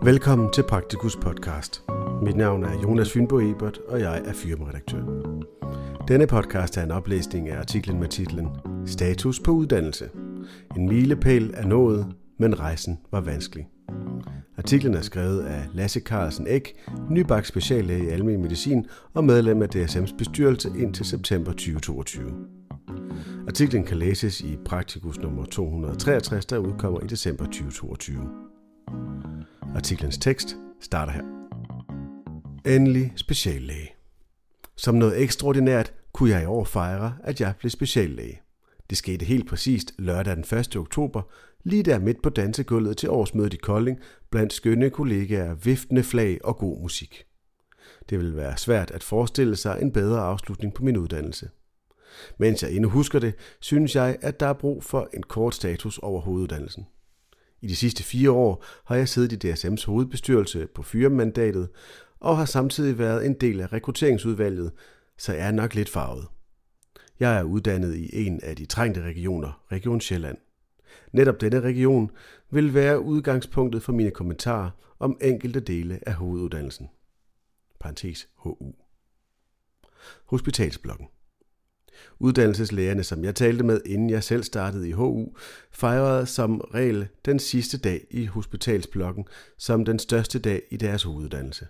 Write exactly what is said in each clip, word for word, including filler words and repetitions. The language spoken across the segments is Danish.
Velkommen til Praktikus podcast. Mit navn er Jonas Fynbo Ebert, og jeg er firmaredaktør. Denne podcast er en oplæsning af artiklen med titlen Status på uddannelse. En milepæl er nået, men rejsen var vanskelig. Artiklen er skrevet af Lasse Carlsen Eck, nybagt speciallæge i almen medicin og medlem af D S M's bestyrelse indtil september tyve toogtyve. Artiklen kan læses i Praktikus nummer to hundrede og treogtres, der udkommer i december tyve toogtyve. Artiklens tekst starter her. Endelig speciallæge. Som noget ekstraordinært kunne jeg i år fejre, at jeg blev speciallæge. Det skete helt præcist lørdag den første oktober, lige der midt på dansegulvet til årsmødet i Kolding, blandt skønne kollegaer, viftende flag og god musik. Det vil være svært at forestille sig en bedre afslutning på min uddannelse. Mens jeg endnu husker det, synes jeg, at der er brug for en kort status over hoveduddannelsen. I de sidste fire år har jeg siddet i D S M's hovedbestyrelse på fyremandatet og har samtidig været en del af rekrutteringsudvalget, så jeg er nok lidt farvet. Jeg er uddannet i en af de trængte regioner, Region Sjælland. Netop denne region vil være udgangspunktet for mine kommentarer om enkelte dele af hoveduddannelsen. Parentes H U. Hospitalsblokken. Uddannelseslægerne, som jeg talte med, inden jeg selv startede i H U, fejrede som regel den sidste dag i hospitalsblokken som den største dag i deres hoveduddannelse.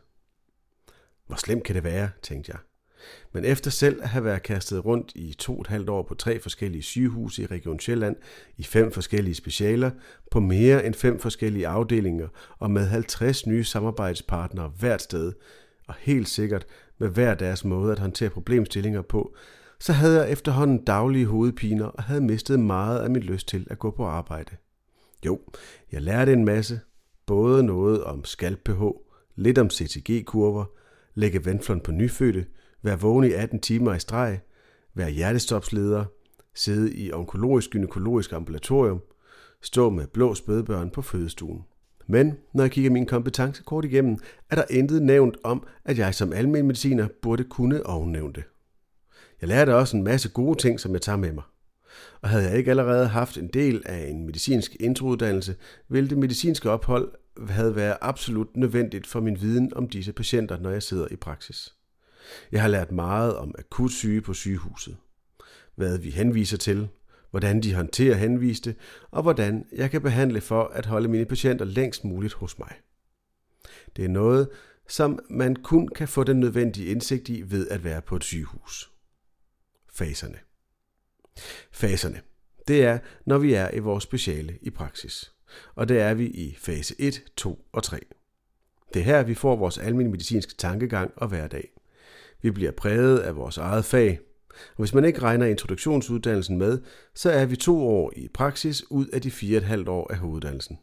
Hvor slemt kan det være, tænkte jeg. Men efter selv at have været kastet rundt i to og et halvt år på tre forskellige sygehuse i Region Sjælland, i fem forskellige specialer, på mere end fem forskellige afdelinger og med halvtreds nye samarbejdspartnere hvert sted, og helt sikkert med hver deres måde at håndtere problemstillinger på, så havde jeg efterhånden daglige hovedpiner og havde mistet meget af min lyst til at gå på arbejde. Jo, jeg lærte en masse, både noget om skalp-pH, lidt om C T G-kurver, lægge venflon på nyfødte, være vågen i atten timer i streg, være hjertestopsleder, sidde i onkologisk-gynækologisk ambulatorium, stå med blå spædbørn på fødestuen. Men når jeg kigger min kompetencekort igennem, er der intet nævnt om, at jeg som almen mediciner burde kunne ovennævnte. Jeg lærte også en masse gode ting, som jeg tager med mig. Og havde jeg ikke allerede haft en del af en medicinsk introuddannelse, ville det medicinske ophold have været absolut nødvendigt for min viden om disse patienter, når jeg sidder i praksis. Jeg har lært meget om akut syge på sygehuset, hvad vi henviser til, hvordan de håndterer henviste, og hvordan jeg kan behandle for at holde mine patienter længst muligt hos mig. Det er noget, som man kun kan få den nødvendige indsigt i ved at være på et sygehus. Faserne. Faserne. Det er, når vi er i vores speciale i praksis. Og det er vi i fase et, to og tre. Det er her, vi får vores almenmedicinske tankegang og hverdag. Vi bliver præget af vores eget fag. Og hvis man ikke regner introduktionsuddannelsen med, så er vi to år i praksis ud af de fire og et halvt år af hoveduddannelsen.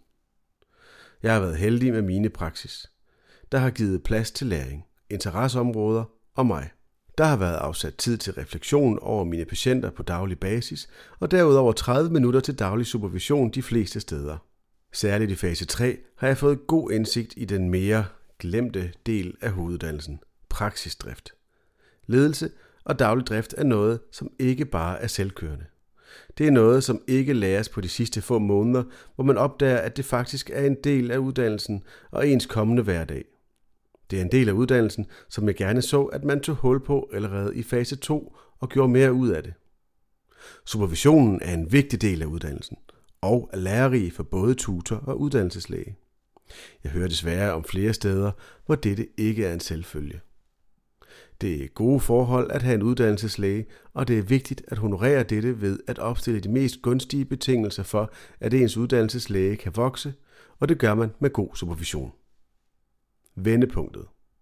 Jeg har været heldig med mine praksis. Der har givet plads til læring, interesseområder og mig. Der har været afsat tid til refleksion over mine patienter på daglig basis, og derudover tredive minutter til daglig supervision de fleste steder. Særligt i fase tre har jeg fået god indsigt i den mere glemte del af hoveduddannelsen, praksisdrift. Ledelse og daglig drift er noget, som ikke bare er selvkørende. Det er noget, som ikke læres på de sidste få måneder, hvor man opdager, at det faktisk er en del af uddannelsen og ens kommende hverdag. Det er en del af uddannelsen, som jeg gerne så, at man tog hul på allerede i fase to og gjorde mere ud af det. Supervisionen er en vigtig del af uddannelsen, og er lærerig for både tutor og uddannelseslæge. Jeg hører desværre om flere steder, hvor dette ikke er en selvfølge. Det er gode forhold at have en uddannelseslæge, og det er vigtigt at honorere dette ved at opstille de mest gunstige betingelser for, at ens uddannelseslæge kan vokse, og det gør man med god supervision. Vendepunktet.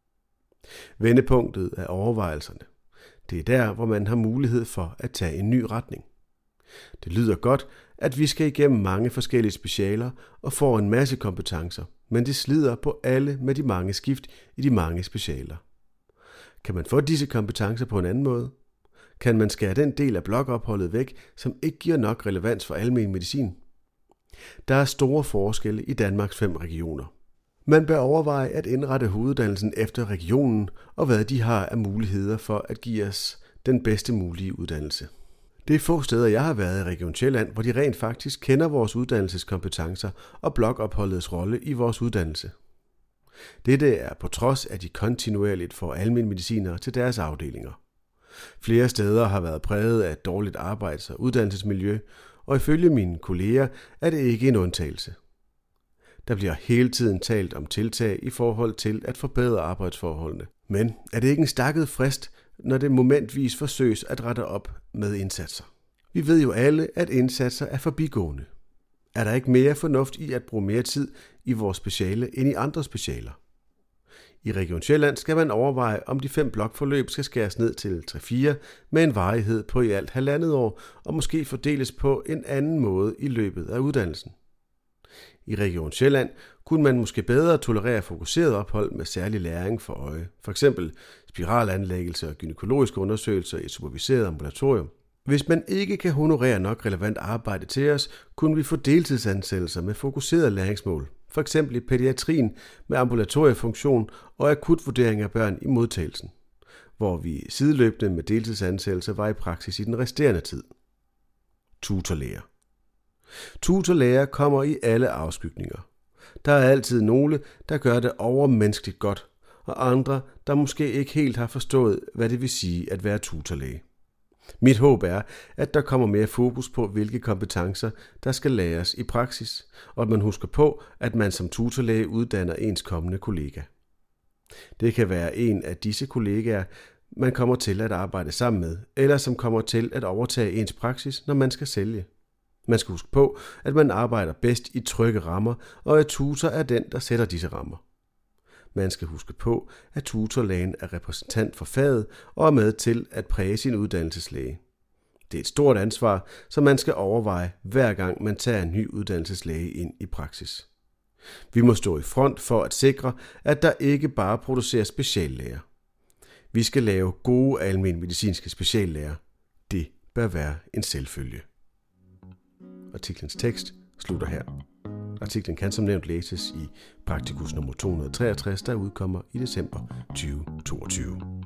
Vendepunktet er overvejelserne. Det er der, hvor man har mulighed for at tage en ny retning. Det lyder godt, at vi skal igennem mange forskellige specialer og får en masse kompetencer, men det slider på alle med de mange skift i de mange specialer. Kan man få disse kompetencer på en anden måde? Kan man skære den del af blokopholdet væk, som ikke giver nok relevans for almen medicin? Der er store forskelle i Danmarks fem regioner. Man bør overveje at indrette hoveduddannelsen efter regionen og hvad de har af muligheder for at give os den bedste mulige uddannelse. Det er få steder, jeg har været i Region Sjælland, hvor de rent faktisk kender vores uddannelseskompetencer og blokopholdets rolle i vores uddannelse. Dette er på trods af, at de kontinuerligt får almenmedicinere til deres afdelinger. Flere steder har været præget af et dårligt arbejds- og uddannelsesmiljø, og ifølge mine kolleger er det ikke en undtagelse. Der bliver hele tiden talt om tiltag i forhold til at forbedre arbejdsforholdene. Men er det ikke en stakket frist, når det momentvis forsøges at rette op med indsatser? Vi ved jo alle, at indsatser er forbigående. Er der ikke mere fornuft i at bruge mere tid i vores speciale end i andre specialer? I Region Sjælland skal man overveje, om de fem blokforløb skal skæres ned til tre fire med en varighed på i alt halvandet år og måske fordeles på en anden måde i løbet af uddannelsen. I Region Sjælland kunne man måske bedre tolerere fokuseret ophold med særlig læring for øje, f.eks. spiralanlæggelse og gynækologiske undersøgelser i et superviseret ambulatorium. Hvis man ikke kan honorere nok relevant arbejde til os, kunne vi få deltidsansættelser med fokuseret læringsmål, f.eks. i pædiatrien med ambulatoriefunktion og akutvurdering af børn i modtagelsen, hvor vi sideløbende med deltidsansættelser var i praksis i den resterende tid. Tutorlæger. Tutorlæger kommer i alle afskygninger. Der er altid nogle, der gør det overmenneskeligt godt, og andre, der måske ikke helt har forstået, hvad det vil sige at være tutorlæge. Mit håb er, at der kommer mere fokus på, hvilke kompetencer, der skal læres i praksis, og at man husker på, at man som tutorlæge uddanner ens kommende kollega. Det kan være en af disse kollegaer, man kommer til at arbejde sammen med, eller som kommer til at overtage ens praksis, når man skal sælge. Man skal huske på, at man arbejder bedst i trygge rammer, og at tutor er den, der sætter disse rammer. Man skal huske på, at tutorlægen er repræsentant for faget og er med til at præge sin uddannelseslæge. Det er et stort ansvar, som man skal overveje, hver gang man tager en ny uddannelseslæge ind i praksis. Vi må stå i front for at sikre, at der ikke bare produceres speciallæger. Vi skal lave gode almenmedicinske speciallæger. Det bør være en selvfølge. Artiklens tekst slutter her. Artiklen kan som nævnt læses i Practicus nummer to hundrede og treogtres, der udkommer i december tyve toogtyve.